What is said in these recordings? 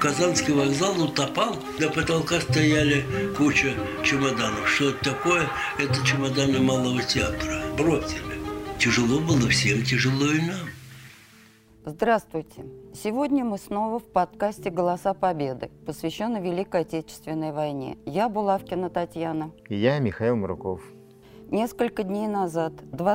Казанский вокзал утопал, до потолка стояли куча чемоданов. Что это такое? Это чемоданы Малого театра. Бросили. Тяжело было всем, тяжело и нам. Здравствуйте! Сегодня мы снова в подкасте «Голоса Победы», посвященный Великой Отечественной войне. Я Булавкина Татьяна. И я, Михаил Муруков. Несколько дней назад,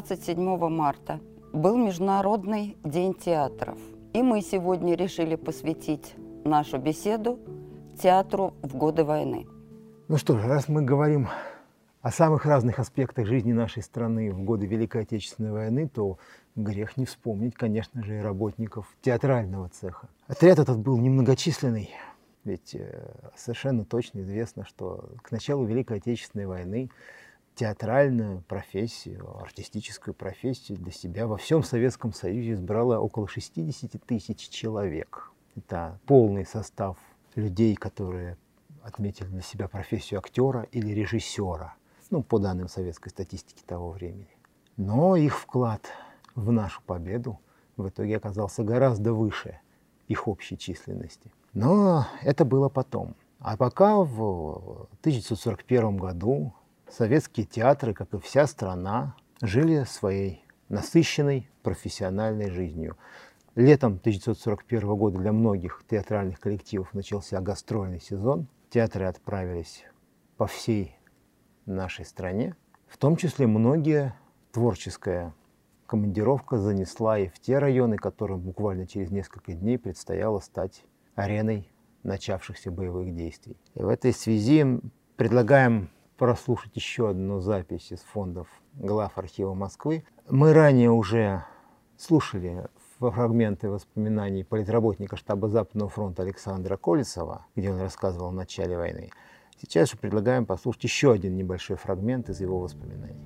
27 марта, был Международный день театров. И мы сегодня решили посвятить нашу беседу театру в годы войны. Ну что ж, раз мы говорим о самых разных аспектах жизни нашей страны в годы Великой Отечественной войны, то грех не вспомнить, конечно же, и работников театрального цеха. Отряд этот был немногочисленный, ведь совершенно точно известно, что к началу Великой Отечественной войны театральную профессию, артистическую профессию для себя во всем Советском Союзе избрало около 60 тысяч человек. Это полный состав людей, которые отметили для себя профессию актера или режиссера, по данным советской статистики того времени. Но их вклад в нашу победу в итоге оказался гораздо выше их общей численности. Но это было потом. А пока в 1941 году советские театры, как и вся страна, жили своей насыщенной профессиональной жизнью. Летом 1941 года для многих театральных коллективов начался гастрольный сезон. Театры отправились по всей нашей стране. В том числе многие творческая командировка занесла и в те районы, которым буквально через несколько дней предстояло стать ареной начавшихся боевых действий. И в этой связи предлагаем прослушать еще одну запись из фондов Главархива Москвы. Мы ранее уже слушали фрагменты воспоминаний политработника штаба Западного фронта Александра Колесова, где он рассказывал о начале войны. Сейчас же предлагаем послушать еще один небольшой фрагмент из его воспоминаний.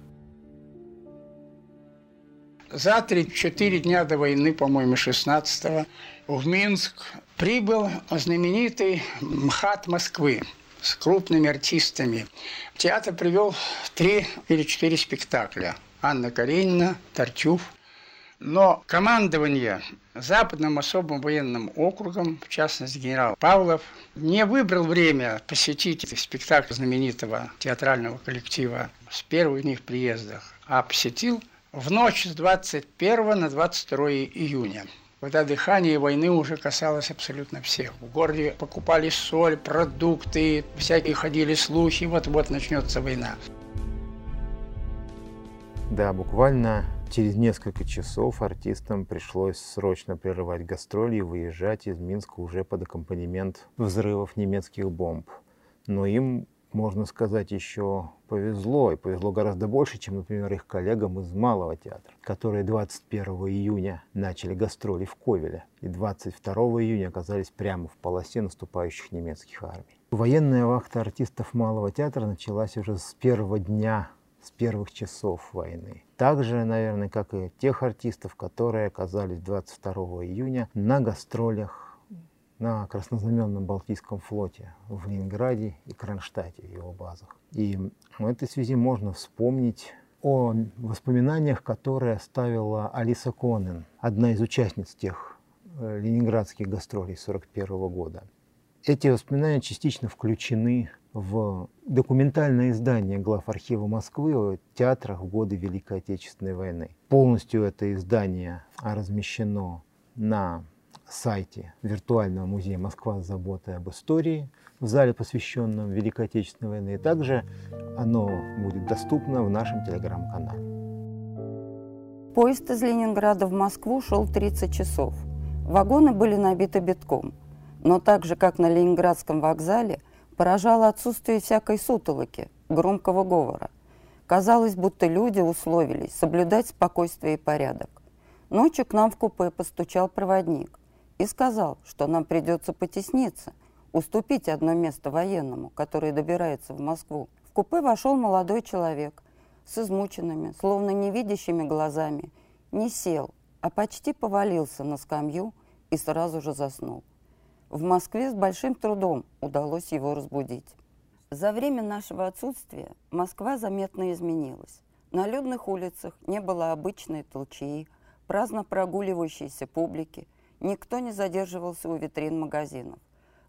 За 3-4 дня до войны, по-моему, 16-го, в Минск прибыл знаменитый МХАТ Москвы с крупными артистами. Театр привел 3 или 4 спектакля. Анна Каренина, Тартюф. Но командование Западным особым военным округом, в частности генерал Павлов, не выбрал время посетить спектакль знаменитого театрального коллектива с первых дней приездах, а посетил в ночь с 21 на 22 июня. Когда дыхание войны уже касалось абсолютно всех. В городе покупали соль, продукты, всякие ходили слухи, вот-вот начнется война. Да, буквально через несколько часов артистам пришлось срочно прерывать гастроли и выезжать из Минска уже под аккомпанемент взрывов немецких бомб. Но им, можно сказать, еще повезло, и повезло гораздо больше, чем, например, их коллегам из Малого театра, которые 21 июня начали гастроли в Ковеле и 22 июня оказались прямо в полосе наступающих немецких армий. Военная вахта артистов Малого театра началась уже с первого дня, с первых часов войны. Так же, наверное, как и тех артистов, которые оказались 22 июня на гастролях на Краснознаменном Балтийском флоте в Ленинграде и Кронштадте, его базах. И в этой связи можно вспомнить о воспоминаниях, которые оставила Алиса Конен, одна из участниц тех ленинградских гастролей 1941 года. Эти воспоминания частично включены в документальное издание Главархива Москвы о театрах в годы Великой Отечественной войны. Полностью это издание размещено на сайте виртуального музея «Москва с заботой об истории» в зале, посвященном Великой Отечественной войне. И также оно будет доступно в нашем телеграм-канале. Поезд из Ленинграда в Москву шел 30 часов. Вагоны были набиты битком. Но так же, как на Ленинградском вокзале, поражало отсутствие всякой сутолоки, громкого говора. Казалось, будто люди условились соблюдать спокойствие и порядок. Ночью к нам в купе постучал проводник и сказал, что нам придется потесниться, уступить одно место военному, который добирается в Москву. В купе вошел молодой человек с измученными, словно невидящими глазами, не сел, а почти повалился на скамью и сразу же заснул. В Москве с большим трудом удалось его разбудить. За время нашего отсутствия Москва заметно изменилась. На людных улицах не было обычной толчии, праздно прогуливающейся публики, никто не задерживался у витрин магазинов.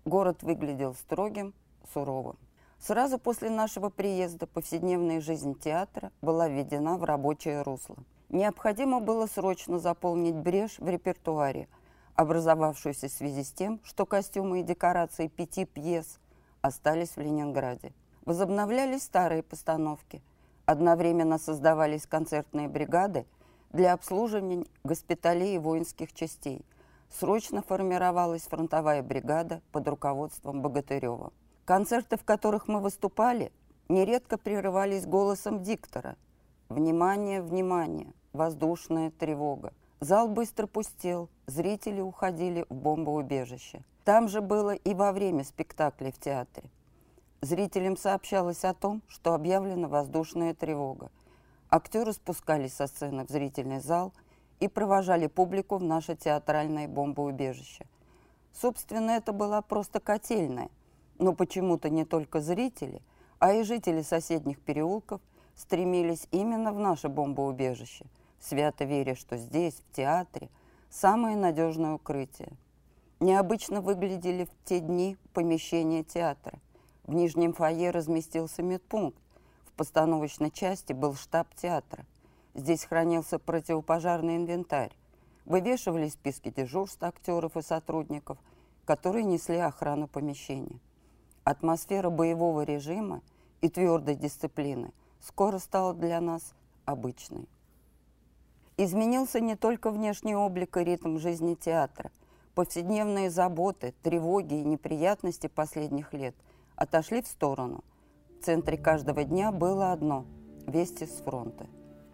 город выглядел строгим, суровым. Сразу после нашего приезда повседневная жизнь театра была введена в рабочее русло. Необходимо было срочно заполнить брешь в репертуаре, образовавшуюся в связи с тем, что костюмы и декорации 5 пьес остались в Ленинграде. Возобновлялись старые постановки. Одновременно создавались концертные бригады для обслуживания госпиталей и воинских частей. Срочно формировалась фронтовая бригада под руководством Богатырева. Концерты, в которых мы выступали, нередко прерывались голосом диктора. «Внимание, внимание! Воздушная тревога!» Зал быстро пустел, зрители уходили в бомбоубежище. Там же было и во время спектаклей в театре. Зрителям сообщалось о том, что объявлена воздушная тревога. Актеры спускались со сцены в зрительный зал и провожали публику в наше театральное бомбоубежище. Собственно, это была просто котельная, но почему-то не только зрители, а и жители соседних переулков стремились именно в наше бомбоубежище, свято веря, что здесь, в театре, самое надежное укрытие. Необычно выглядели в те дни помещения театра. В нижнем фойе разместился медпункт, в постановочной части был штаб театра. Здесь хранился противопожарный инвентарь. Вывешивались списки дежурств актеров и сотрудников, которые несли охрану помещения. Атмосфера боевого режима и твердой дисциплины скоро стала для нас обычной. Изменился не только внешний облик и ритм жизни театра. Повседневные заботы, тревоги и неприятности последних лет отошли в сторону. В центре каждого дня было одно – вести с фронта.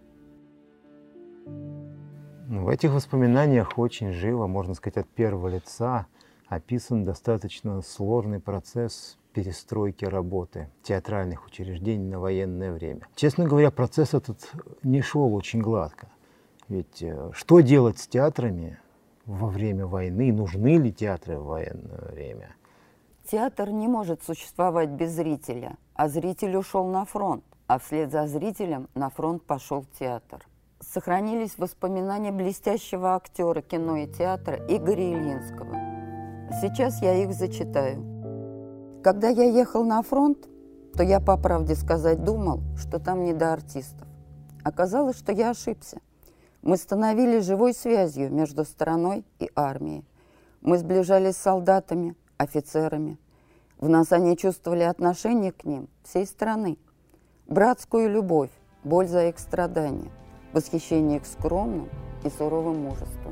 В этих воспоминаниях очень живо, можно сказать, от первого лица описан достаточно сложный процесс перестройки работы театральных учреждений на военное время. Честно говоря, процесс этот не шел очень гладко. Ведь что делать с театрами во время войны? Нужны ли театры в военное время? Театр не может существовать без зрителя, а зритель ушел на фронт, а вслед за зрителем на фронт пошел театр. Сохранились воспоминания блестящего актера кино и театра Игоря Ильинского. Сейчас я их зачитаю. Когда я ехал на фронт, то я, по правде сказать, думал, что там не до артистов. Оказалось, что я ошибся. Мы становились живой связью между страной и армией. Мы сближались с солдатами, офицерами. В нас они чувствовали отношение к ним всей страны. Братскую любовь, боль за их страдания, восхищение их скромным и суровым мужеством.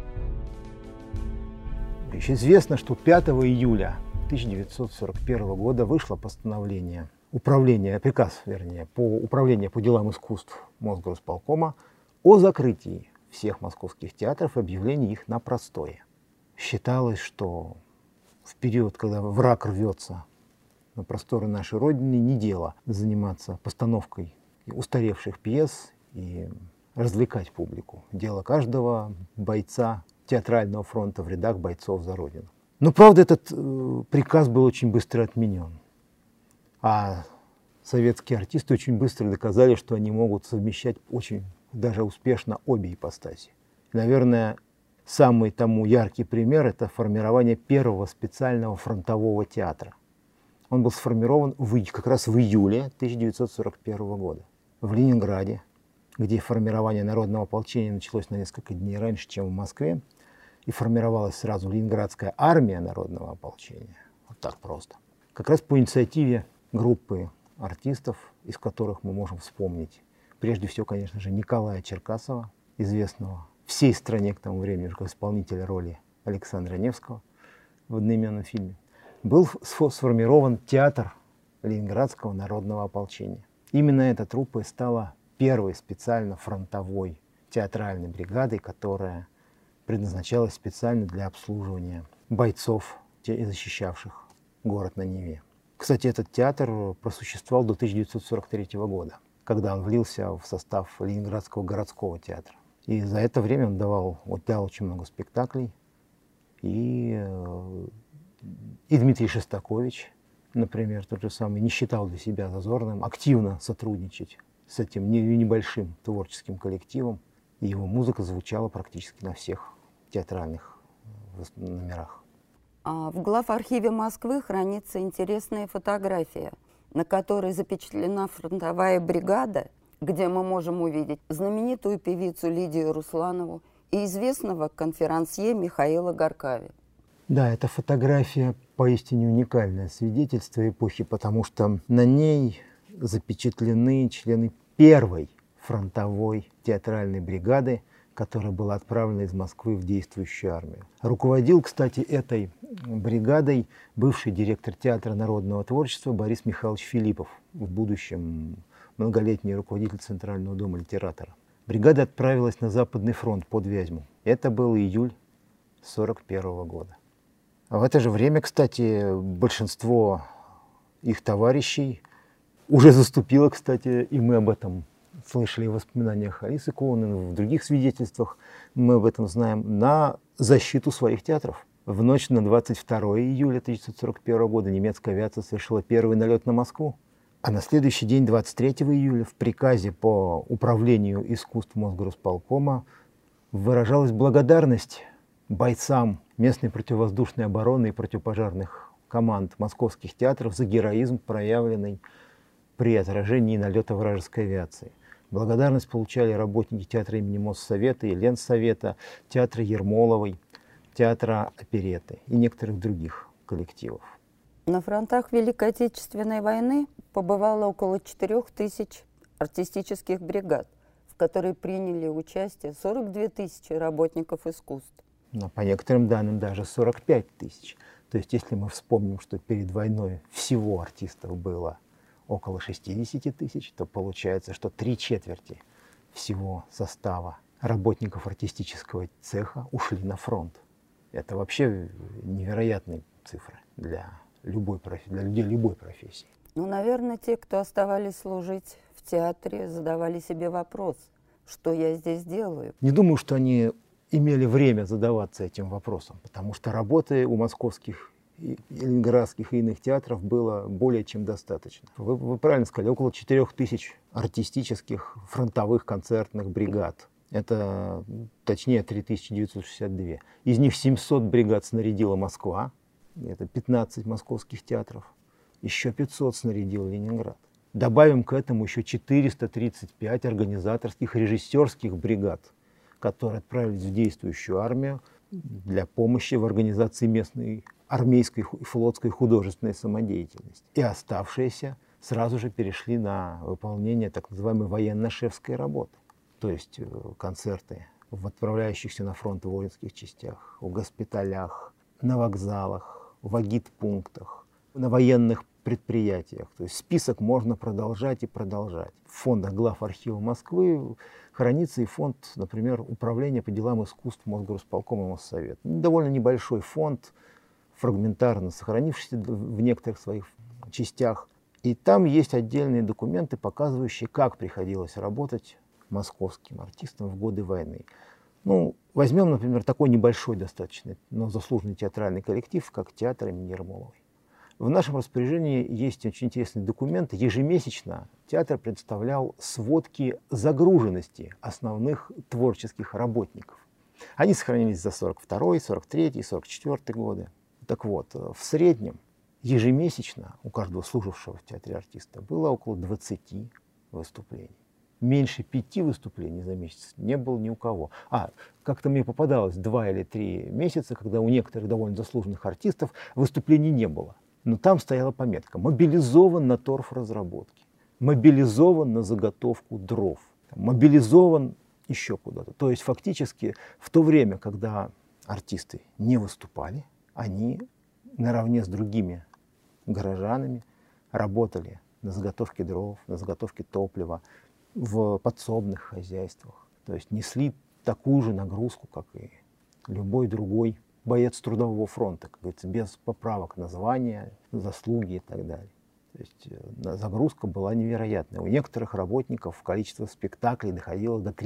Еще известно, что 5 июля 1941 года вышло постановление приказ по управлению по делам искусств Мосгорисполкома о закрытии всех московских театров и объявлении их на простое. Считалось, что в период, когда враг рвется на просторы нашей Родины, не дело заниматься постановкой устаревших пьес и развлекать публику. Дело каждого бойца театрального фронта в рядах бойцов за Родину. Но, правда, этот приказ был очень быстро отменен. А советские артисты очень быстро доказали, что они могут совмещать очень даже успешно обе ипостаси. Наверное, самый тому яркий пример – это формирование первого специального фронтового театра. Он был сформирован как раз в июле 1941 года в Ленинграде, где формирование народного ополчения началось на несколько дней раньше, чем в Москве, и формировалась сразу Ленинградская армия народного ополчения. Вот так просто. Как раз по инициативе группы артистов, из которых мы можем вспомнить, прежде всего, конечно же, Николая Черкасова, известного всей стране к тому времени как исполнителя роли Александра Невского в одноименном фильме, был сформирован театр Ленинградского народного ополчения. Именно эта труппа и стала первой специально фронтовой театральной бригадой, которая предназначалась специально для обслуживания бойцов, защищавших город на Неве. Кстати, этот театр просуществовал до 1943 года, когда он влился в состав Ленинградского городского театра. И за это время он дал очень много спектаклей. И Дмитрий Шостакович, например, тот же самый, не считал для себя зазорным активно сотрудничать с этим небольшим творческим коллективом. И его музыка звучала практически на всех театральных номерах. В главархиве Москвы хранится интересная фотография, на которой запечатлена фронтовая бригада, где мы можем увидеть знаменитую певицу Лидию Русланову и известного конферансье Михаила Горкави. Да, эта фотография поистине уникальное свидетельство эпохи, потому что на ней запечатлены члены первой фронтовой театральной бригады, которая была отправлена из Москвы в действующую армию. Руководил, кстати, этой бригадой бывший директор Театра народного творчества Борис Михайлович Филиппов, в будущем многолетний руководитель Центрального дома литератора. Бригада отправилась на Западный фронт под Вязьму. Это был июль 1941 года. А в это же время, кстати, большинство их товарищей уже заступило, кстати, и мы об этом слышали в воспоминаниях Алисы Коунен, в других свидетельствах мы об этом знаем, на защиту своих театров. В ночь на 22 июля 1941 года немецкая авиация совершила первый налет на Москву. А на следующий день, 23 июля, в приказе по управлению искусств Мосгорисполкома выражалась благодарность бойцам местной противовоздушной обороны и противопожарных команд московских театров за героизм, проявленный при отражении налета вражеской авиации. Благодарность получали работники театра имени Моссовета и Ленсовета, театра Ермоловой, театра оперетты и некоторых других коллективов. На фронтах Великой Отечественной войны побывало около 4000 артистических бригад, в которой приняли участие 42 тысячи работников искусств. Но по некоторым данным даже 45 тысяч. То есть если мы вспомним, что перед войной всего артистов было около 60 тысяч, то получается, что 3/4 всего состава работников артистического цеха ушли на фронт. Это вообще невероятные цифры для людей любой профессии. Ну, наверное, те, кто оставались служить в театре, задавали себе вопрос, что я здесь делаю. Не думаю, что они имели время задаваться этим вопросом, потому что работы у московских, и ленинградских и иных театров было более чем достаточно. Вы правильно сказали, около 4000 артистических фронтовых концертных бригад. Это, точнее, 3962. Из них 700 бригад снарядила Москва, это 15 московских театров. Еще 500 снарядил Ленинград. Добавим к этому еще 435 организаторских режиссерских бригад, которые отправились в действующую армию для помощи в организации местной армейской и флотской художественной самодеятельности. И оставшиеся сразу же перешли на выполнение так называемой военно-шефской работы. То есть концерты в отправляющихся на фронт воинских частях, в госпиталях, на вокзалах, в агитпунктах, на военных предприятиях. То есть список можно продолжать и продолжать. В фондах главархива Москвы хранится и фонд, например, Управления по делам искусств Мосгорисполкома и Моссовета. Довольно небольшой фонд, фрагментарно сохранившийся в некоторых своих частях. И там есть отдельные документы, показывающие, как приходилось работать московским артистам в годы войны. Ну, возьмем, например, такой небольшой достаточно, но заслуженный театральный коллектив, как театр имени Ермоловой. В нашем распоряжении есть очень интересные документы. Ежемесячно театр представлял сводки загруженности основных творческих работников. Они сохранились за 42-й, 43-й, 44-й годы. Так вот, в среднем ежемесячно у каждого служившего в театре артиста было около 20 выступлений. Меньше 5 выступлений за месяц не было ни у кого. Как-то мне попадалось 2 или 3 месяца, когда у некоторых довольно заслуженных артистов выступлений не было. Но там стояла пометка: мобилизован на торфразработки, мобилизован на заготовку дров, мобилизован еще куда-то. То есть фактически в то время, когда артисты не выступали, они наравне с другими горожанами работали на заготовке дров, на заготовке топлива, в подсобных хозяйствах. То есть несли такую же нагрузку, как и любой другой боец трудового фронта, как говорится, без поправок на звания, заслуги и так далее. То есть загрузка была невероятная. У некоторых работников количество спектаклей доходило до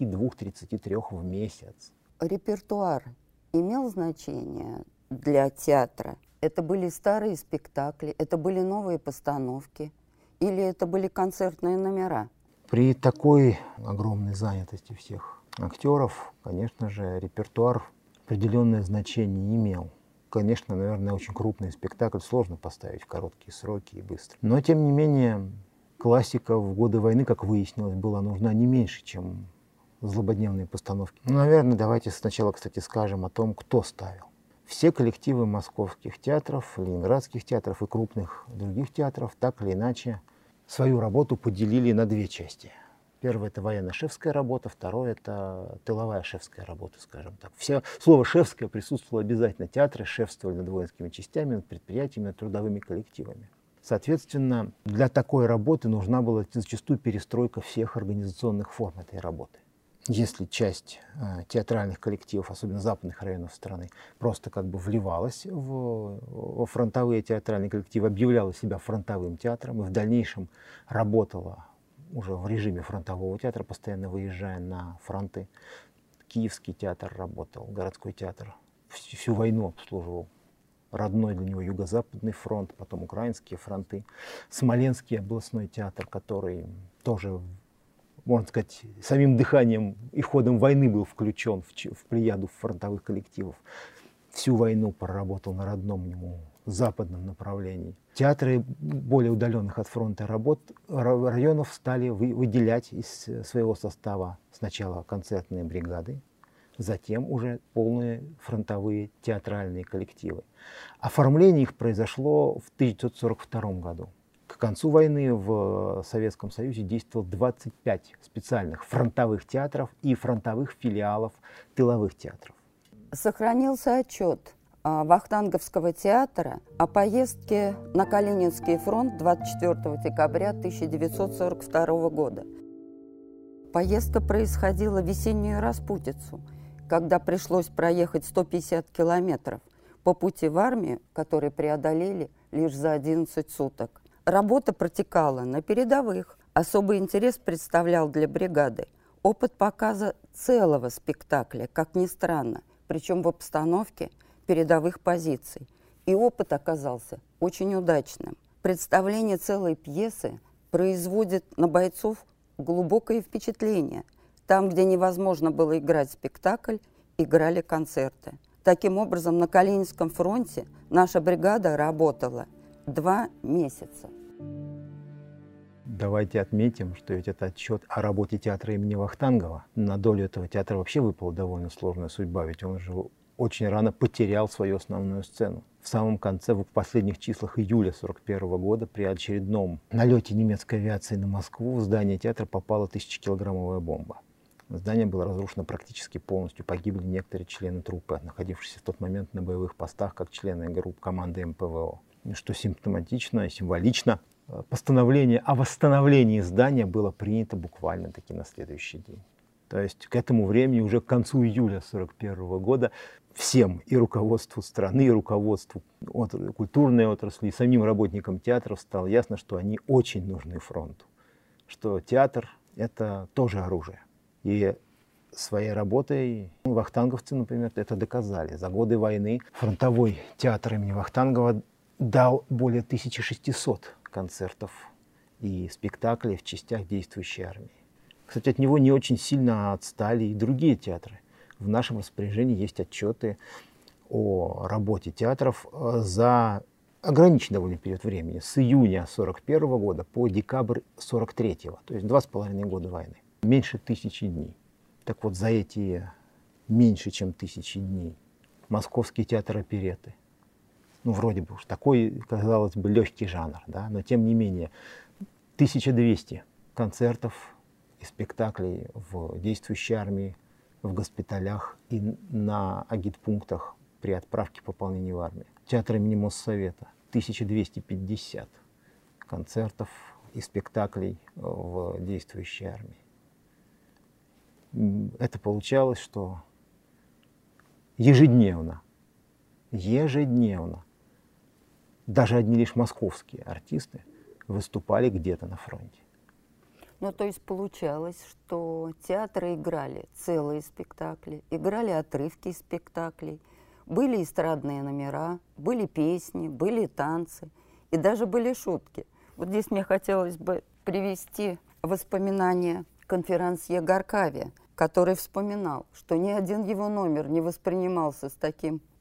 32-33 в месяц. Репертуар имел значение для театра? Это были старые спектакли, это были новые постановки, или это были концертные номера? При такой огромной занятости всех актеров, конечно же, репертуар определенное значение имел. конечно, наверное, очень крупный спектакль сложно поставить в короткие сроки и быстро. Но, тем не менее, классика в годы войны, как выяснилось, была нужна не меньше, чем злободневные постановки. Ну, наверное, давайте сначала, кстати, скажем о том, кто ставил. Все коллективы московских театров, ленинградских театров и крупных других театров так или иначе свою работу поделили на две части. Первое – это военно-шефская работа, второе – это тыловая шефская работа, скажем так. Слово «шефское» присутствовало обязательно. Театры шефствовали над воинскими частями, над предприятиями, над трудовыми коллективами. Соответственно, для такой работы нужна была зачастую перестройка всех организационных форм этой работы. Если часть театральных коллективов, особенно западных районов страны, просто как бы вливалась во фронтовые театральные коллективы, объявляла себя фронтовым театром и в дальнейшем работала уже в режиме фронтового театра, постоянно выезжая на фронты. Киевский театр работал, городской театр всю войну обслуживал родной для него Юго-Западный фронт, потом украинские фронты. Смоленский областной театр, который тоже, можно сказать, самим дыханием и ходом войны был включен в плеяду фронтовых коллективов. Всю войну проработал на родном ему западном направлении. Театры более удаленных от фронта районов стали выделять из своего состава сначала концертные бригады, затем уже полные фронтовые театральные коллективы. Оформление их произошло в 1942 году. К концу войны в Советском Союзе действовало 25 специальных фронтовых театров и фронтовых филиалов тыловых театров. Сохранился отчет Вахтанговского театра о поездке на Калининский фронт 24 декабря 1942 года. Поездка происходила в весеннюю распутицу, когда пришлось проехать 150 километров по пути в армию, который преодолели лишь за 11 суток. Работа протекала на передовых. Особый интерес представлял для бригады опыт показа целого спектакля, как ни странно, причем в обстановке передовых позиций. И опыт оказался очень удачным. Представление целой пьесы производит на бойцов глубокое впечатление. Там, где невозможно было играть спектакль, играли концерты. Таким образом, на Калининском фронте наша бригада работала 2 месяца. Давайте отметим, что ведь это отчет о работе театра имени Вахтангова. На долю этого театра вообще выпала довольно сложная судьба, ведь он же очень рано потерял свою основную сцену. В самом конце, в последних числах июля 1941 года, при очередном налете немецкой авиации на Москву, в здание театра попала 1000-килограммовая бомба. Здание было разрушено практически полностью, погибли некоторые члены труппы, находившиеся в тот момент на боевых постах, как члены групп команды МПВО. Что симптоматично и символично, постановление о восстановлении здания было принято буквально-таки на следующий день. То есть к этому времени, уже к концу июля 1941 года, всем, и руководству страны, и руководству культурной отрасли, и самим работникам театров стало ясно, что они очень нужны фронту, что театр — это тоже оружие. И своей работой вахтанговцы, например, это доказали. За годы войны фронтовой театр имени Вахтангова дал более 1600 концертов и спектаклей в частях действующей армии. Кстати, от него не очень сильно отстали и другие театры. В нашем распоряжении есть отчеты о работе театров за ограниченный довольно период времени, с июня 1941 года по декабрь 1943, то есть 2,5 года войны. Меньше 1000 дней. Так вот, за эти меньше чем 1000 дней Московский театр оперетты, ну, вроде бы уж такой, казалось бы, легкий жанр, да, но тем не менее 1200 концертов и спектаклей в действующей армии, в госпиталях и на агитпунктах при отправке пополнения в армию. Театр имени Моссовета 1250 концертов и спектаклей в действующей армии. Это получалось, что ежедневно, даже одни лишь московские артисты выступали где-то на фронте. Ну, то есть получалось, что театры играли целые спектакли, играли отрывки из спектаклей, были эстрадные номера, были песни, были танцы и даже были шутки. Вот здесь мне хотелось бы привести воспоминания конферансье Гаркавия, который вспоминал, что ни один его номер не воспринимался с таким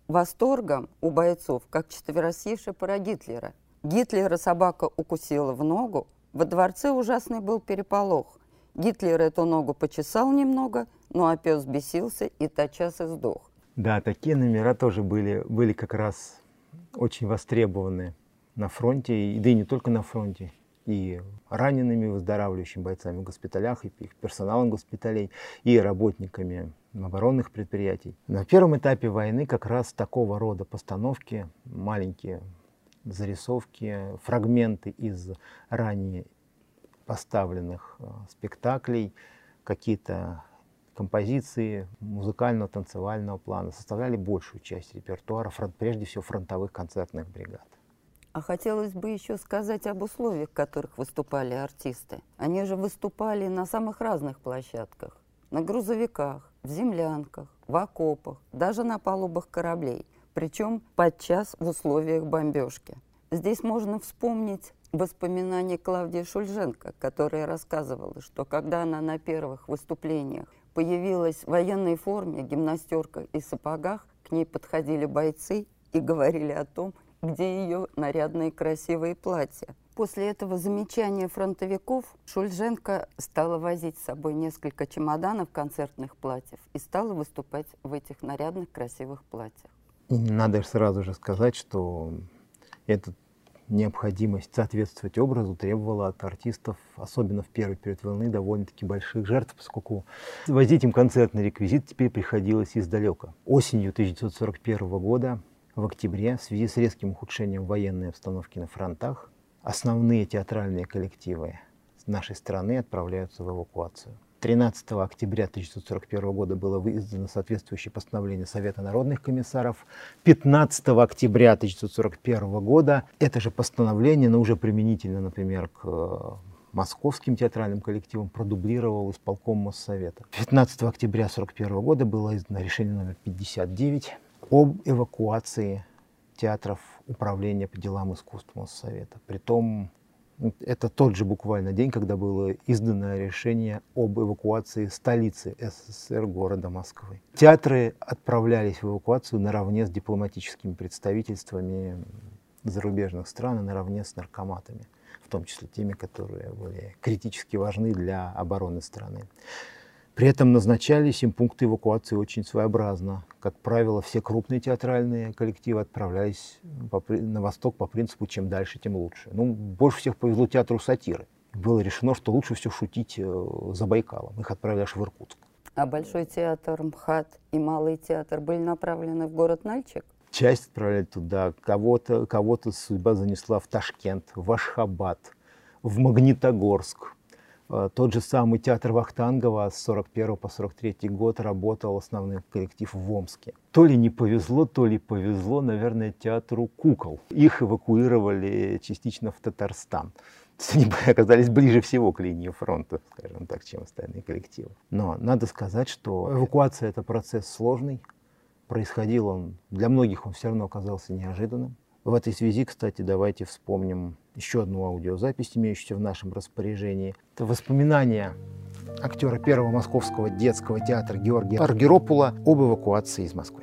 восторгом у бойцов, как четверосивший про Гитлера. Гитлера собака укусила в ногу, во дворце ужасный был переполох. Гитлер эту ногу почесал немного, ну а пес бесился и тотчас и сдох. Да, такие номера тоже были как раз очень востребованы на фронте, да и не только на фронте, и ранеными, выздоравливающими бойцами в госпиталях, и их персоналом госпиталей, и работниками оборонных предприятий. На первом этапе войны как раз такого рода постановки, маленькие зарисовки, фрагменты из ранее поставленных спектаклей, какие-то композиции музыкального, танцевального плана составляли большую часть репертуара, прежде всего фронтовых концертных бригад. А хотелось бы еще сказать об условиях, в которых выступали артисты. Они же выступали на самых разных площадках. На грузовиках, в землянках, в окопах, даже на палубах кораблей. Причем подчас в условиях бомбежки. Здесь можно вспомнить воспоминания Клавдии Шульженко, которая рассказывала, что когда она на первых выступлениях появилась в военной форме, гимнастерках и сапогах, к ней подходили бойцы и говорили о том, где ее нарядные красивые платья. После этого замечания фронтовиков Шульженко стала возить с собой несколько чемоданов концертных платьев и стала выступать в этих нарядных красивых платьях. И надо сразу же сказать, что эта необходимость соответствовать образу требовала от артистов, особенно в первый период войны, довольно-таки больших жертв, поскольку возить им концертный реквизит теперь приходилось издалека. Осенью 1941 года, в октябре, в связи с резким ухудшением военной обстановки на фронтах, основные театральные коллективы нашей страны отправляются в эвакуацию. 13 октября 1941 года было издано соответствующее постановление Совета народных комиссаров. 15 октября 1941 года это же постановление, но уже применительно, например, к московским театральным коллективам, продублировал исполком Моссовета. 15 октября 1941 года было издано решение номер 59 об эвакуации театров Управления по делам искусств Моссовета. Притом это тот же буквально день, когда было издано решение об эвакуации столицы СССР, города Москвы. Театры отправлялись в эвакуацию наравне с дипломатическими представительствами зарубежных стран и наравне с наркоматами, в том числе теми, которые были критически важны для обороны страны. При этом назначались им пункты эвакуации очень своеобразно. Как правило, все крупные театральные коллективы отправлялись на восток по принципу «чем дальше, тем лучше». Ну, больше всех повезло театру сатиры. Было решено, что лучше все шутить за Байкалом. Их отправили аж в Иркутск. А Большой театр, МХАТ и Малый театр были направлены в город Нальчик? Часть отправляли туда. Кого-то судьба занесла в Ташкент, в Ашхабад, в Магнитогорск. Тот же самый театр Вахтангова с 1941 по 1943 год работал основной коллектив в Омске. То ли не повезло, то ли повезло, наверное, театру кукол. Их эвакуировали частично в Татарстан. Они оказались ближе всего к линии фронта, скажем так, чем остальные коллективы. Но надо сказать, что эвакуация – это процесс сложный. Происходил он, для многих он все равно оказался неожиданным. В этой связи, кстати, давайте вспомним еще одну аудиозапись, имеющуюся в нашем распоряжении. Это воспоминания актера Первого Московского детского театра Георгия Аргиропула об эвакуации из Москвы.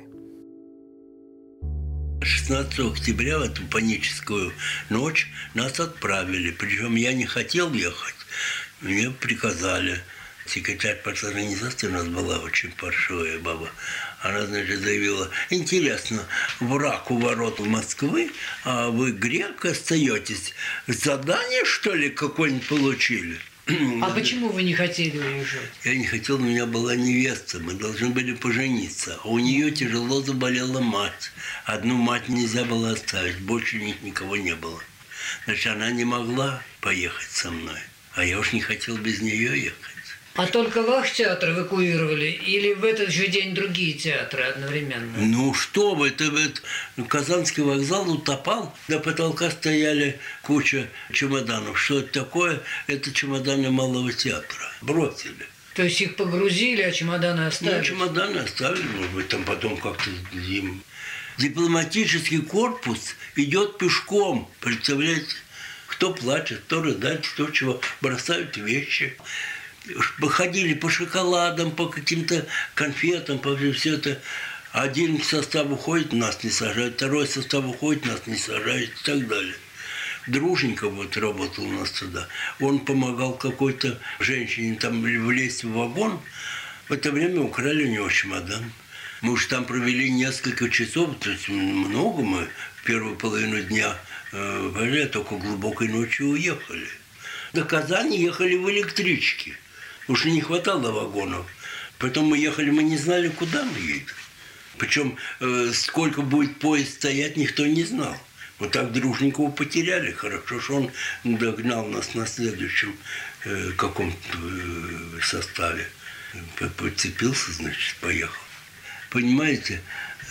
16 октября в эту паническую ночь нас отправили. Причем я не хотел ехать, мне приказали. Секретарь парторганизации у нас была очень паршивая баба. Она, значит, заявила: интересно, враг у ворот Москвы, а вы, грек, остаетесь. Задание, что ли, какое-нибудь получили? А почему вы не хотели уезжать? Я не хотел, у меня была невеста, мы должны были пожениться. А у нее тяжело заболела мать. Одну мать нельзя было оставить, больше у них никого не было. Значит, она не могла поехать со мной. А я уж не хотел без нее ехать. А только ваш театр эвакуировали или в этот же день другие театры одновременно? Ну что вы, Казанский вокзал утопал, до потолка стояли куча чемоданов. Что это такое? Это чемоданы Малого театра. Бросили. То есть их погрузили, а чемоданы оставили? Ну, чемоданы оставили, может быть, там потом как-то им. Дипломатический корпус идет пешком, представляете? Кто плачет, кто рыдает, кто чего, бросают вещи. Ходили по шоколадам, по каким-то конфетам, по все это. Один состав уходит, нас не сажают, второй состав уходит, нас не сажают и так далее. Друженька вот работал у нас тогда. Он помогал какой-то женщине там влезть в вагон. В это время украли у него чемодан. Мы уж там провели несколько часов, то есть много мы в первую половину дня были, а только глубокой ночью уехали. До Казани ехали в электричке. Уж не хватало вагонов. Потом мы ехали, мы не знали, куда мы едем. Причем сколько будет поезд стоять, никто не знал. Вот так Дружникова потеряли. Хорошо, что он догнал нас на следующем каком-то составе. Подцепился, значит, поехал. Понимаете?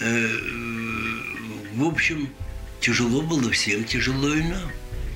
В общем, тяжело было всем, тяжело и нам.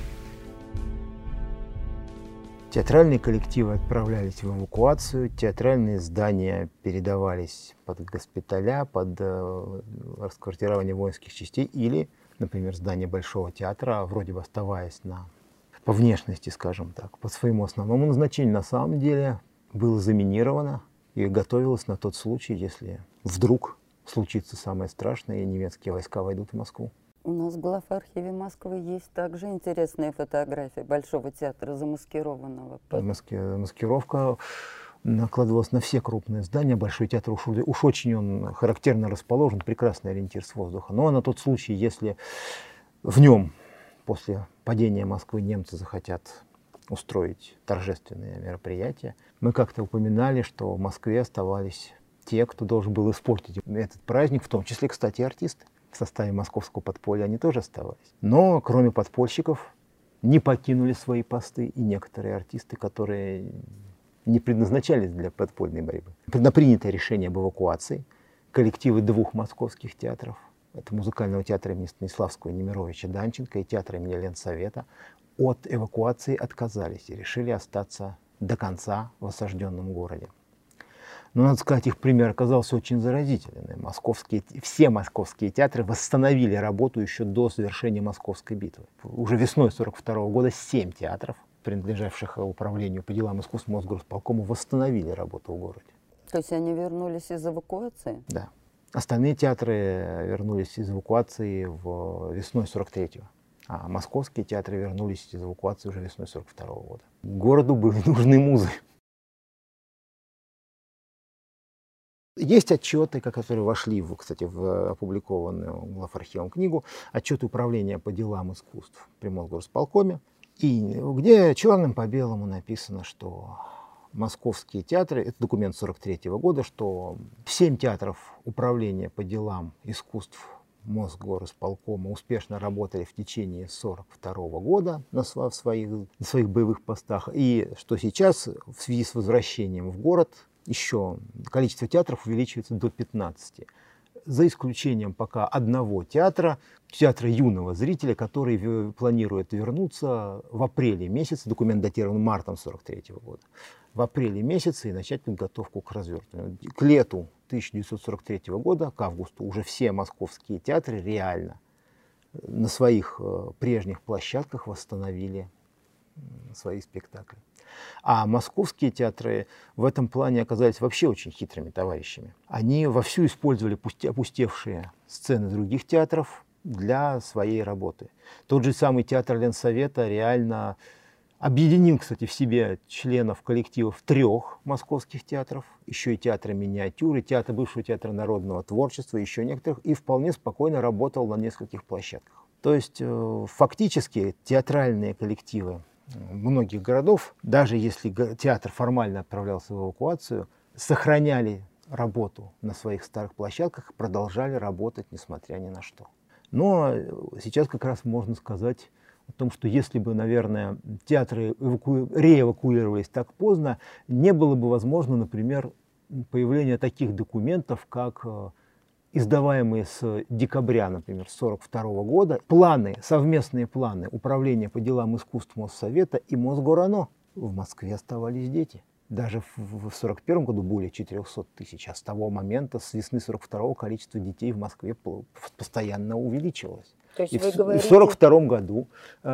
Театральные коллективы отправлялись в эвакуацию, театральные здания передавались под госпиталя, под расквартирование воинских частей или, например, здание Большого театра, вроде бы оставаясь по внешности, скажем так, по своему основному назначению, на самом деле было заминировано и готовилось на тот случай, если вдруг случится самое страшное, и немецкие войска войдут в Москву. У нас в главархиве Москвы есть также интересные фотографии Большого театра замаскированного. Маскировка накладывалась на все крупные здания. Большой театр уж очень он характерно расположен, прекрасный ориентир с воздуха. Но на тот случай, если в нем после падения Москвы немцы захотят устроить торжественные мероприятия, мы как-то упоминали, что в Москве оставались те, кто должен был испортить этот праздник, в том числе, кстати, артисты. В составе московского подполья они тоже оставались. Но кроме подпольщиков не покинули свои посты и некоторые артисты, которые не предназначались для подпольной борьбы. Принято решение об эвакуации. Коллективы двух московских театров, это музыкального театра имени Станиславского и Немировича Данченко и театра имени Ленсовета, от эвакуации отказались и решили остаться до конца в осажденном городе. Но, надо сказать, их пример оказался очень заразительным. Все московские театры восстановили работу еще до завершения Московской битвы. Уже весной 1942 года 7 театров, принадлежавших управлению по делам искусств Мосгорсполкома, восстановили работу в городе. То есть они вернулись из эвакуации? Да. Остальные театры вернулись из эвакуации весной 1943-го. А московские театры вернулись из эвакуации уже весной 1942 года. Городу были нужны музы. Есть отчеты, которые вошли, кстати, в опубликованную главархивом книгу, отчеты Управления по делам искусств при Мосгорсполкоме, и где черным по белому написано, что московские театры, это документ 1943 года, что 7 театров Управления по делам искусств Мосгорсполкома успешно работали в течение 1942 года на своих боевых постах, и что сейчас в связи с возвращением в город еще количество театров увеличивается до 15, за исключением пока одного театра юного зрителя, который планирует вернуться в апреле месяце, документ датирован мартом 1943 года, в апреле месяце и начать подготовку к развертыванию. К лету 1943 года, к августу, уже все московские театры реально на своих прежних площадках восстановили свои спектакли. А московские театры в этом плане оказались вообще очень хитрыми товарищами. Они вовсю использовали опустевшие сцены других театров для своей работы. Тот же самый театр Ленсовета реально объединил, кстати, в себе членов коллективов 3 московских театров, еще и театра миниатюры, бывшего театра народного творчества, еще некоторых, и вполне спокойно работал на нескольких площадках. То есть фактически театральные коллективы многих городов, даже если театр формально отправлялся в эвакуацию, сохраняли работу на своих старых площадках, продолжали работать несмотря ни на что. Но сейчас как раз можно сказать о том, что если бы, наверное, театры реэвакуировались так поздно, не было бы возможно, например, появление таких документов, как издаваемые с декабря, например, 1942 года, совместные планы Управления по делам искусств Моссовета и Мосгорано. В Москве оставались дети. Даже в 1941 году более 400 тысяч, а с того момента, с весны 1942 количество детей в Москве постоянно увеличивалось. То есть и вы в говорите... 1942 году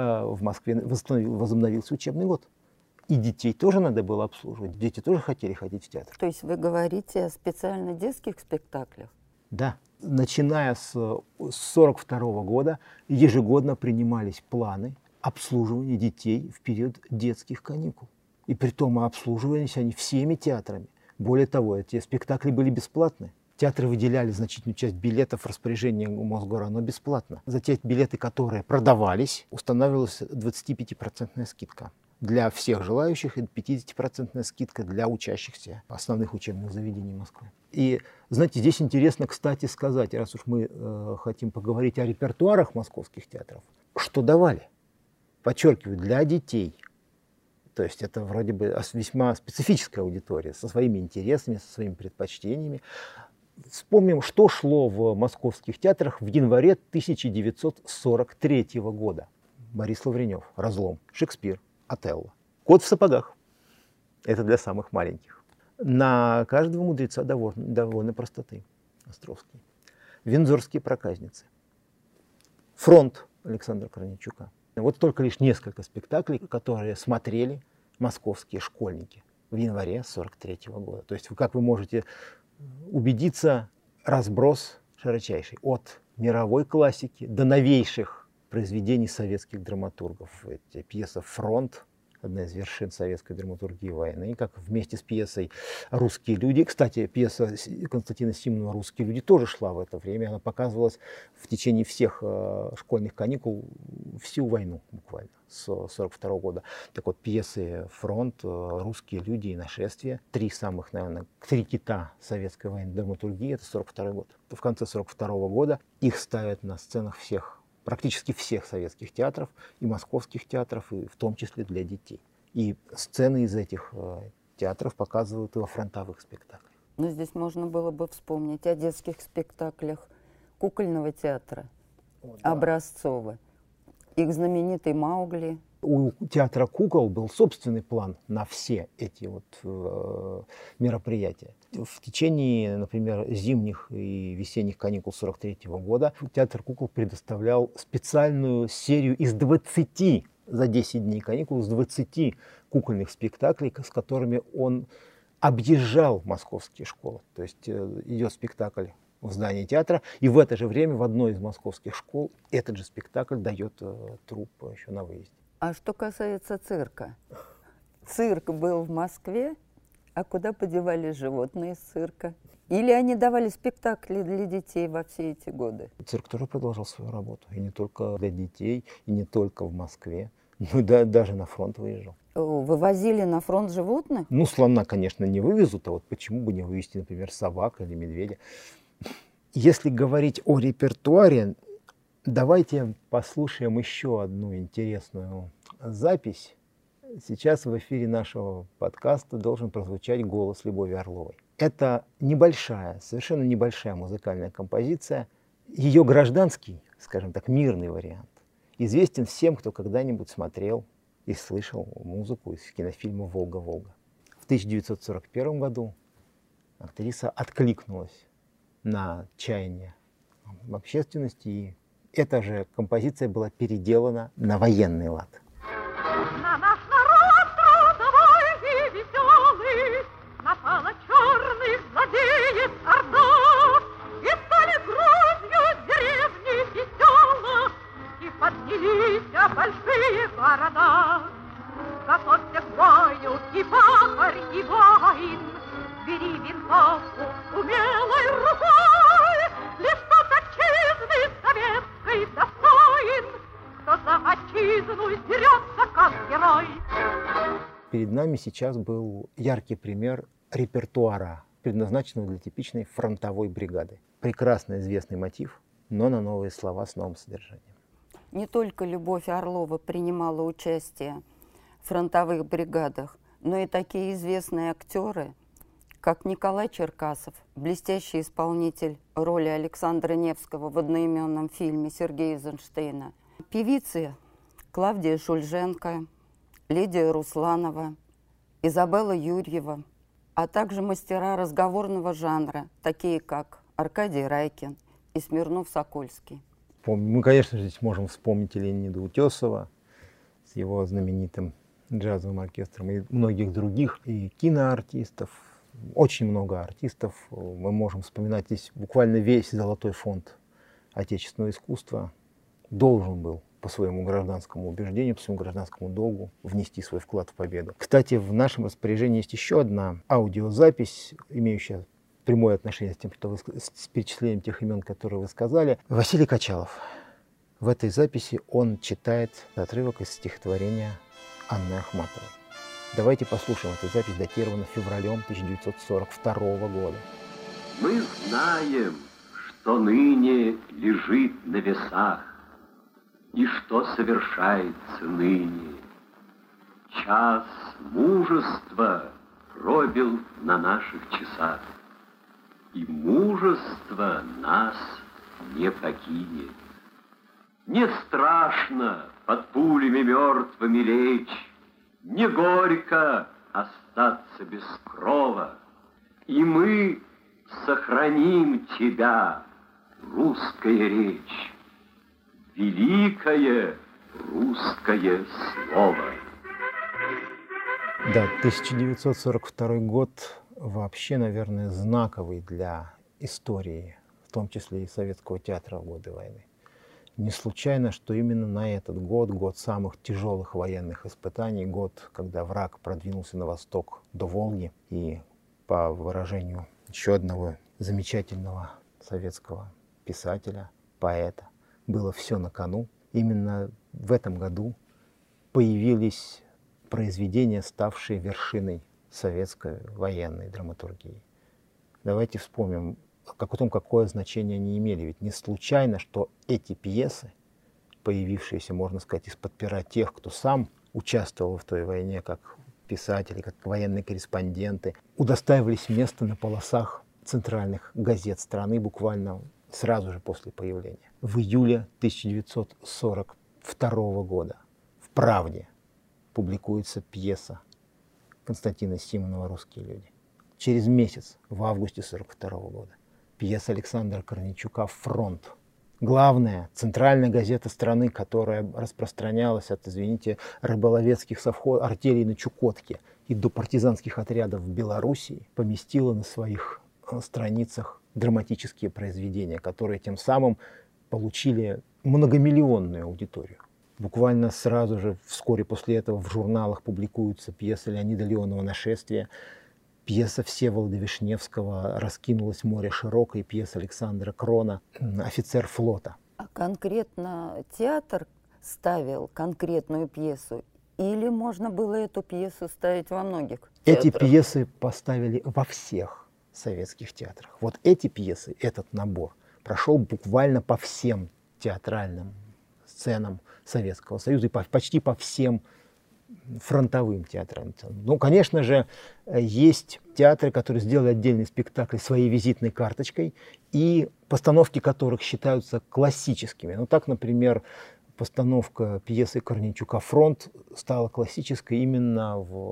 в Москве возобновился учебный год. И детей тоже надо было обслуживать. Дети тоже хотели ходить в театр. То есть вы говорите о специально детских спектаклях? Да, Начиная с 1942 года ежегодно принимались планы обслуживания детей в период детских каникул. И притом обслуживались они всеми театрами. Более того, эти спектакли были бесплатны. Театры выделяли значительную часть билетов в распоряжение Мосгора, но бесплатно. За те билеты, которые продавались, устанавливалась 25% скидка для всех желающих и 50% скидка для учащихся основных учебных заведений Москвы. И, знаете, здесь интересно, кстати, сказать, раз уж мы хотим поговорить о репертуарах московских театров, что давали, подчеркиваю, для детей. То есть это вроде бы весьма специфическая аудитория со своими интересами, со своими предпочтениями. Вспомним, что шло в московских театрах в январе 1943 года. Борис Лавренев, «Разлом», Шекспир, «Отелло», «Кот в сапогах». Это для самых маленьких. На каждого мудреца довольно простоты. Островский. «Виндзорские проказницы», «Фронт» Александра Корнейчука. Вот только лишь несколько спектаклей, которые смотрели московские школьники в январе 1943 года. То есть, как вы можете убедиться, разброс широчайший. От мировой классики до новейших произведений советских драматургов. Эти пьеса «Фронт», одна из вершин советской драматургии войны, как вместе с пьесой «Русские люди». Кстати, пьеса Константина Симонова «Русские люди» тоже шла в это время. Она показывалась в течение всех школьных каникул всю войну буквально, с 1942 года. Так вот, пьесы «Фронт», «Русские люди» и «Нашествие» — три самых, наверное, три кита советской военной драматургии — это 1942 год. В конце 1942 года их ставят на сценах практически всех советских театров и московских театров, и в том числе для детей. И сцены из этих театров показывают и во фронтовых спектаклях. Но здесь можно было бы вспомнить о детских спектаклях кукольного театра Образцова. Их знаменитый «Маугли». У театра кукол был собственный план на все эти мероприятия. В течение, например, зимних и весенних каникул 1943 года театр кукол предоставлял специальную серию из 20, за 10 дней каникул, из 20 кукольных спектаклей, с которыми он объезжал московские школы. То есть идет спектакль в здании театра, и в это же время в одной из московских школ этот же спектакль дает труппа еще на выезде. А что касается цирка? Цирк был в Москве, а куда подевались животные из цирка? Или они давали спектакли для детей во все эти годы? Цирк тоже продолжал свою работу. И не только для детей, и не только в Москве. Ну да, даже на фронт выезжал. Вывозили на фронт животных? Ну, слона, конечно, не вывезут, а вот почему бы не вывезти, например, собак или медведя? Если говорить о репертуаре, давайте послушаем еще одну интересную запись. Сейчас в эфире нашего подкаста должен прозвучать голос Любови Орловой. Это небольшая, совершенно небольшая музыкальная композиция. Ее гражданский, скажем так, мирный вариант известен всем, кто когда-нибудь смотрел и слышал музыку из кинофильма «Волга-Волга». В 1941 году актриса откликнулась на чаяние общественности, и эта же композиция была переделана на военный лад. На наш народ трудовой и веселый напала черных злодеев орда, и стали грозью деревни веселых, и поднялись большие города. Готовься к бою, и пахарь, и воин, бери винтовку умелой рукой, лишь тот отчизны советской достоин, кто за отчизну дерется, как герой. Перед нами сейчас был яркий пример репертуара, предназначенного для типичной фронтовой бригады. Прекрасно известный мотив, но на новые слова с новым содержанием. Не только Любовь Орлова принимала участие в фронтовых бригадах, но и такие известные актеры, как Николай Черкасов, блестящий исполнитель роли Александра Невского в одноименном фильме Сергея Эйзенштейна, певицы Клавдия Шульженко, Лидия Русланова, Изабелла Юрьева, а также мастера разговорного жанра, такие как Аркадий Райкин и Смирнов-Сокольский. Мы, конечно же, здесь можем вспомнить и Леонида Утесова с его знаменитым джазовым оркестром, и многих других, и киноартистов, очень много артистов. Мы можем вспоминать здесь буквально весь золотой фонд отечественного искусства должен был по своему гражданскому убеждению, по своему гражданскому долгу внести свой вклад в победу. Кстати, в нашем распоряжении есть еще одна аудиозапись, имеющая прямое отношение с тем, что с перечислением тех имен, которые вы сказали. Василий Качалов. В этой записи он читает отрывок из стихотворения Анны Ахматовой. Давайте послушаем эту запись, датирована февралем 1942 года. Мы знаем, что ныне лежит на весах, и что совершается ныне. Час мужества пробил на наших часах, и мужество нас не покинет. Не страшно под пулями мертвыми лечь, не горько остаться без крова, и мы сохраним тебя, русская речь, великое русское слово. Да, 1942 год вообще, наверное, знаковый для истории, в том числе и советского театра в годы войны. Не случайно, что именно на этот год, год самых тяжелых военных испытаний, год, когда враг продвинулся на восток до Волги, и по выражению еще одного замечательного советского писателя, поэта, было все на кону. Именно в этом году появились произведения, ставшие вершиной советской военной драматургии. Давайте вспомним о том, какое значение они имели. Ведь не случайно, что эти пьесы, появившиеся, можно сказать, из-под пера тех, кто сам участвовал в той войне, как писатели, как военные корреспонденты, удостаивались места на полосах центральных газет страны буквально сразу же после появления. В июле 1942 года в «Правде» публикуется пьеса Константина Симонова «Русские люди». Через месяц, в августе 1942 года, пьеса Александра Корнейчука «Фронт». Главная центральная газета страны, которая распространялась от, извините, рыболовецких артелей на Чукотке и до партизанских отрядов в Белоруссии, поместила на своих страницах драматические произведения, которые тем самым получили многомиллионную аудиторию. Буквально сразу же, вскоре после этого, в журналах публикуются пьесы Леонида Леонова «Нашествие», пьеса Всеволода Вишневского «Раскинулось море широкое», пьеса Александра Крона «Офицер флота». А конкретно театр ставил конкретную пьесу? Или можно было эту пьесу ставить во многих театрах? Эти пьесы поставили во всех советских театрах. Вот эти пьесы, этот набор, прошел буквально по всем театральным сценам Советского Союза и почти по всем фронтовым театрам. Ну, конечно же, есть театры, которые сделали отдельный спектакль своей визитной карточкой, и постановки которых считаются классическими. Ну, так, например, постановка пьесы Корнейчука «Фронт» стала классической именно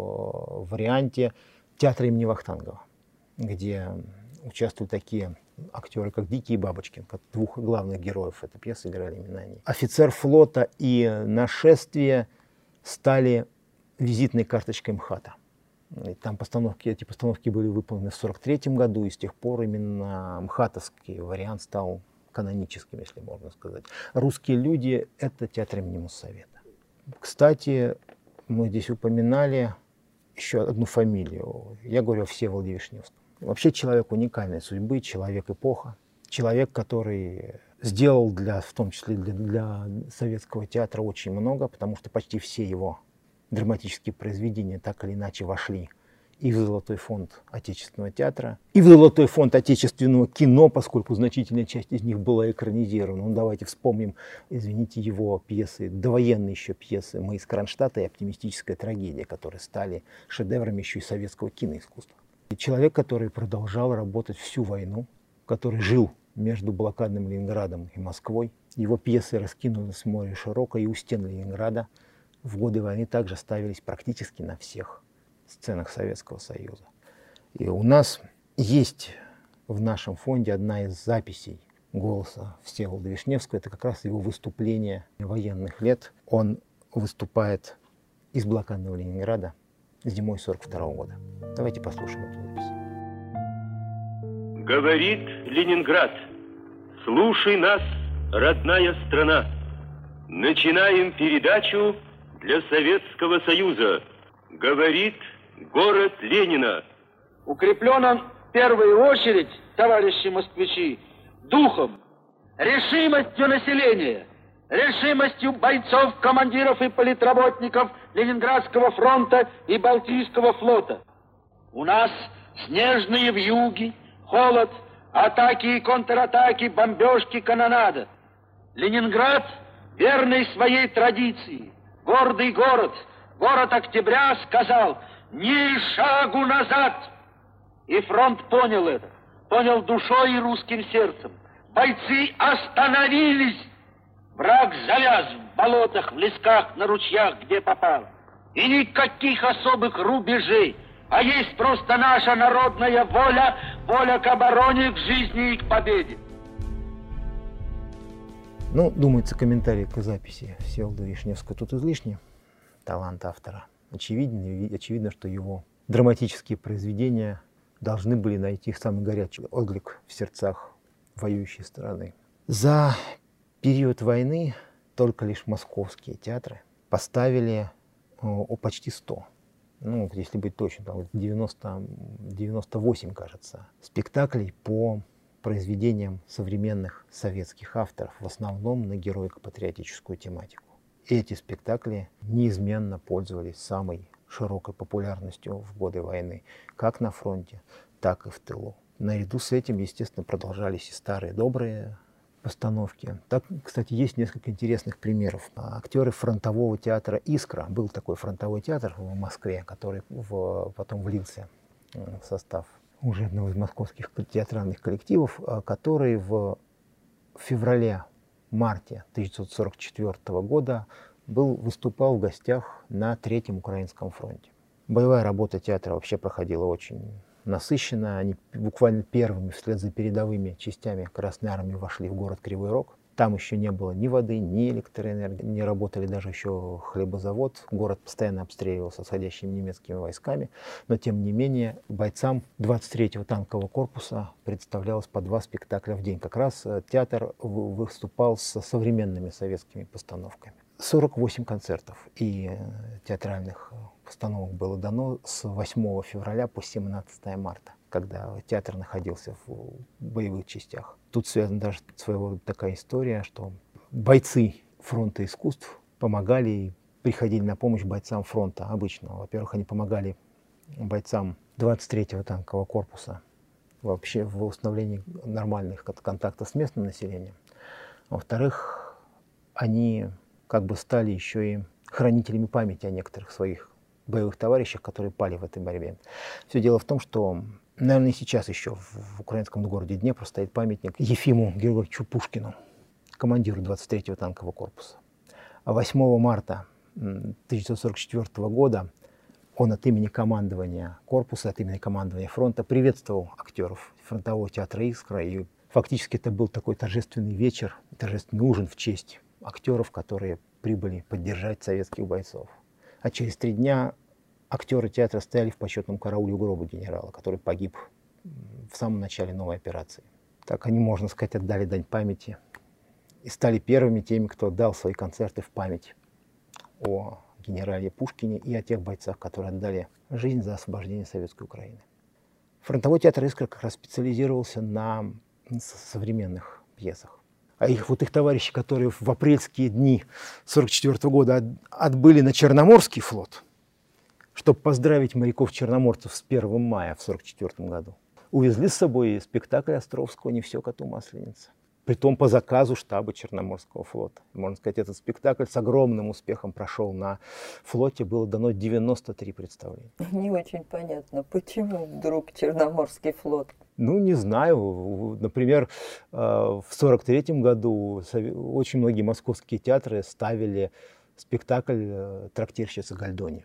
в варианте театра имени Вахтангова, где участвуют такие актеры, как Дикий и Бабочкин, как двух главных героев этой пьесы играли именно они. «Офицер флота» и «Нашествие» стали визитной карточкой МХАТа. И там эти постановки были выполнены в 1943 году, и с тех пор именно МХАТовский вариант стал каноническим, если можно сказать. «Русские люди» — это театр имени Моссовета. Кстати, мы здесь упоминали еще одну фамилию. Я говорю о Всеволоде Вишневском. Вообще человек уникальной судьбы, человек-эпоха, человек, который сделал в том числе для советского театра очень много, потому что почти все его драматические произведения так или иначе вошли и в Золотой фонд Отечественного театра, и в Золотой фонд отечественного кино, поскольку значительная часть из них была экранизирована. Ну, давайте вспомним, извините, его пьесы, довоенные еще пьесы «Мы из Кронштадта» и «Оптимистическая трагедия», которые стали шедеврами еще и советского киноискусства. И человек, который продолжал работать всю войну, который жил между блокадным Ленинградом и Москвой. Его пьесы «Раскинулось море широкое» и «У стен Ленинграда» в годы войны также ставились практически на всех сценах Советского Союза. И у нас есть в нашем фонде одна из записей голоса Всеволода Вишневского. Это как раз его выступление военных лет. Он выступает из блокадного Ленинграда зимой 1942 года. Давайте послушаем эту запись. Говорит Ленинград, слушай нас, родная страна. Начинаем передачу для Советского Союза. Говорит город Ленина. Укреплен он в первую очередь, товарищи москвичи, духом, решимостью населения, решимостью бойцов, командиров и политработников Ленинградского фронта и Балтийского флота. У нас снежные вьюги, холод, атаки и контратаки, бомбежки, канонада. Ленинград, верный своей традиции, гордый город, город октября, сказал: «Ни шагу назад!» И фронт понял это, понял душой и русским сердцем. Бойцы остановились. Враг завяз в болотах, в лесках, на ручьях, где попало. И никаких особых рубежей, а есть просто наша народная воля, воля к обороне, к жизни и к победе. Ну, думается, комментарий к записи Всеволода Вишневского тут излишний. Талант автора очевиден, и очевидно, что его драматические произведения должны были найти самый горячий отклик в сердцах воюющей стороны. За период войны только лишь московские театры поставили почти 100, ну, если быть точным, там 98, кажется, спектаклей по произведениям современных советских авторов, в основном на героико-патриотическую тематику. Эти спектакли неизменно пользовались самой широкой популярностью в годы войны, как на фронте, так и в тылу. Наряду с этим, естественно, продолжались и старые добрые постановки. Так, кстати, есть несколько интересных примеров. Актеры фронтового театра «Искра», был такой фронтовой театр в Москве, который потом влился в состав уже одного из московских театральных коллективов, который в феврале-марте 1944 года выступал в гостях на Третьем Украинском фронте. Боевая работа театра вообще проходила очень насыщенно. Они буквально первыми вслед за передовыми частями Красной Армии вошли в город Кривой Рог. Там еще не было ни воды, ни электроэнергии, не работали даже еще хлебозавод. Город постоянно обстреливался сходящими немецкими войсками. Но тем не менее бойцам 23-го танкового корпуса представлялось по 2 спектакля в день. Как раз театр выступал со современными советскими постановками. 48 концертов и театральных постановок было дано с 8 февраля по 17 марта, когда театр находился в боевых частях. Тут связана даже своего рода такая история, что бойцы фронта искусств помогали и приходили на помощь бойцам фронта обычного. Во-первых, они помогали бойцам 23-го танкового корпуса вообще в установлении нормальных контактов с местным населением. Во-вторых, они как бы стали еще и хранителями памяти о некоторых своих боевых товарищах, которые пали в этой борьбе. Все дело в том, что, наверное, и сейчас еще в украинском городе Днепр стоит памятник Ефиму Георгиевичу Пушкину, командиру 23-го танкового корпуса. А 8 марта 1944 года он от имени командования корпуса, от имени командования фронта приветствовал актеров фронтового театра «Искра». И фактически это был такой торжественный вечер, торжественный ужин в честь актеров, которые прибыли поддержать советских бойцов. А через 3 дня актеры театра стояли в почетном карауле у гроба генерала, который погиб в самом начале новой операции. Так они, можно сказать, отдали дань памяти и стали первыми теми, кто отдал свои концерты в память о генерале Пушкине и о тех бойцах, которые отдали жизнь за освобождение Советской Украины. Фронтовой театр «Искра» как раз специализировался на современных пьесах. А их товарищи, которые в апрельские дни 1944 года отбыли на Черноморский флот, чтобы поздравить моряков-черноморцев с 1 мая в 1944 году, увезли с собой спектакль Островского «Не все коту масленица». Притом по заказу штаба Черноморского флота. Можно сказать, этот спектакль с огромным успехом прошел на флоте. Было дано 93 представления. Не очень понятно, почему вдруг Черноморский флот? Ну, не знаю. Например, в 1943 году очень многие московские театры ставили спектакль «Трактирщица Гальдони».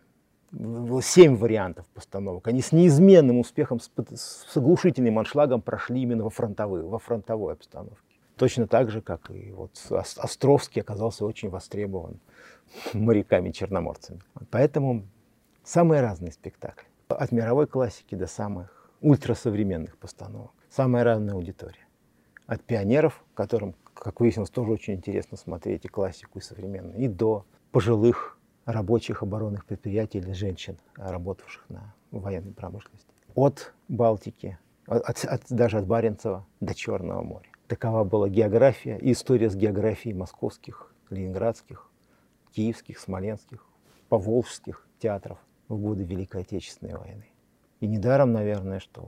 7 вариантов постановок. Они с неизменным успехом, с оглушительным аншлагом прошли именно во фронтовой обстановке. Точно так же, как и Островский оказался очень востребован моряками-черноморцами. Поэтому самые разные спектакли. От мировой классики до самых ультрасовременных постановок. самая разная аудитория. От пионеров, которым, как выяснилось, тоже очень интересно смотреть и классику, и современную, и до пожилых рабочих оборонных предприятий или женщин, работавших на военной промышленности. От Балтики, даже от Баренцева до Черного моря. Такова была география и история с географией московских, ленинградских, киевских, смоленских, поволжских театров в годы Великой Отечественной войны. И недаром, наверное, что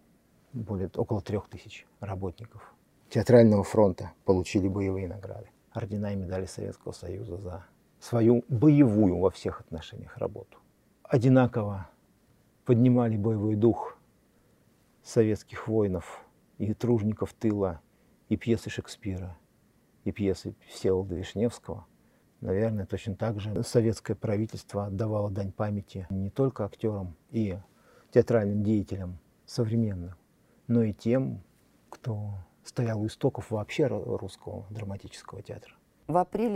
около 3000 работников театрального фронта получили боевые награды, ордена и медали Советского Союза за свою боевую во всех отношениях работу. Одинаково поднимали боевой дух советских воинов и тружников тыла, и пьесы Шекспира, и пьесы Всеволода Вишневского. Наверное, точно так же советское правительство отдавало дань памяти не только актерам и театральным деятелям современным, но и тем, кто стоял у истоков вообще русского драматического театра. В апреле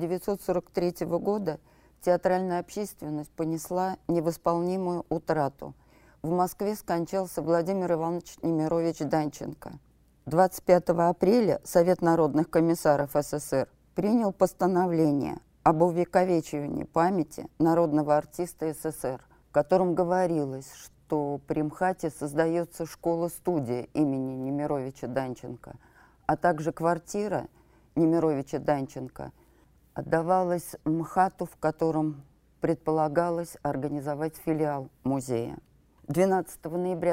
1943 года театральная общественность понесла невосполнимую утрату. В Москве скончался Владимир Иванович Немирович Данченко. 25 апреля Совет народных комиссаров СССР принял постановление об увековечивании памяти народного артиста СССР, в котором говорилось, что при МХАТе создается школа-студия имени Немировича Данченко, а также квартира Немировича Данченко отдавалась МХАТу, в котором предполагалось организовать филиал музея. 12 ноября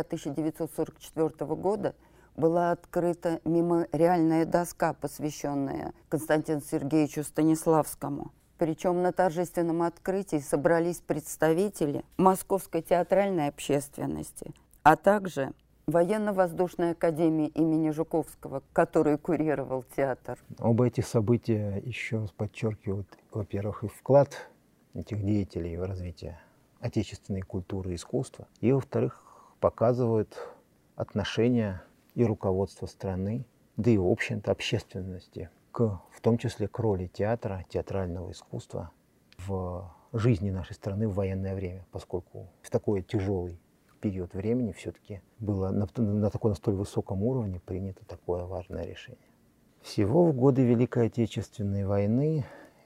1944 года была открыта мемориальная доска, посвященная Константину Сергеевичу Станиславскому. Причем на торжественном открытии собрались представители Московской театральной общественности, а также Военно-воздушной академии имени Жуковского, который курировал театр. Оба этих события еще раз подчеркивают, во-первых, и вклад этих деятелей в развитие отечественной культуры и искусства, и, во-вторых, показывают отношение и руководство страны, да и, в общем-то, общественности, в том числе к роли театра, театрального искусства в жизни нашей страны в военное время, поскольку в такой тяжелый период времени все-таки было на столь высоком уровне принято такое важное решение. Всего в годы Великой Отечественной войны,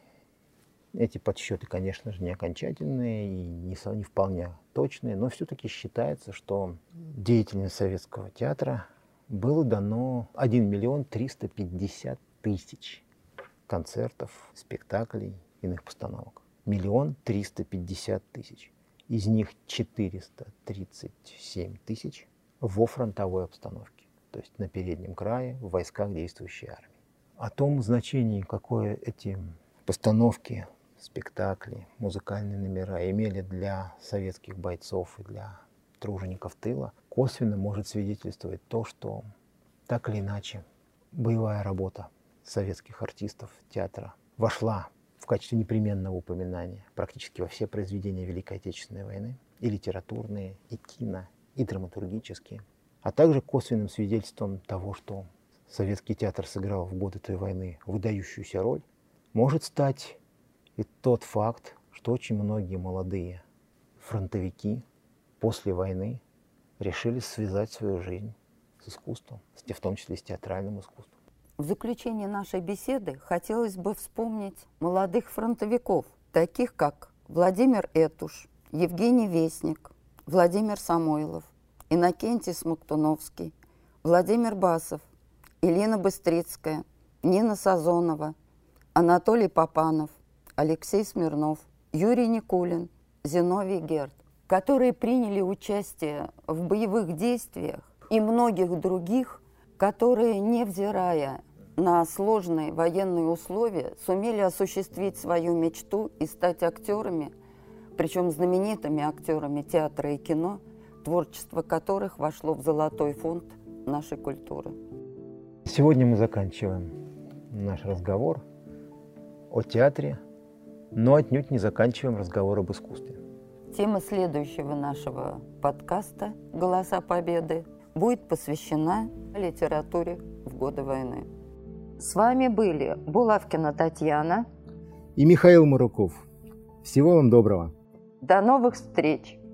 эти подсчеты, конечно же, не окончательные и не вполне точные, но все-таки считается, что деятельность советского театра было дано 1 350 000 концертов, спектаклей, иных постановок. 1 350 000. Из них 437 000 во фронтовой обстановке, то есть на переднем крае, в войсках действующей армии. О том значении, какое эти постановки, спектакли, музыкальные номера имели для советских бойцов и для тружеников тыла, косвенно может свидетельствовать то, что так или иначе боевая работа советских артистов театра вошла в качестве непременного упоминания практически во все произведения Великой Отечественной войны, и литературные, и кино, и драматургические, а также косвенным свидетельством того, что советский театр сыграл в годы той войны выдающуюся роль, может стать и тот факт, что очень многие молодые фронтовики после войны решили связать свою жизнь с искусством, в том числе с театральным искусством. В заключение нашей беседы хотелось бы вспомнить молодых фронтовиков, таких как Владимир Этуш, Евгений Весник, Владимир Самойлов, Иннокентий Смоктуновский, Владимир Басов, Елена Быстрицкая, Нина Сазонова, Анатолий Попанов, Алексей Смирнов, Юрий Никулин, Зиновий Герд, которые приняли участие в боевых действиях, и многих других, которые, невзирая на сложные военные условия, сумели осуществить свою мечту и стать актерами, причем знаменитыми актерами театра и кино, творчество которых вошло в золотой фонд нашей культуры. Сегодня мы заканчиваем наш разговор о театре, но отнюдь не заканчиваем разговор об искусстве. Тема следующего нашего подкаста «Голоса Победы» будет посвящена литературе в годы войны. С вами были Булавкина Татьяна и Михаил Маруков. Всего вам доброго. До новых встреч!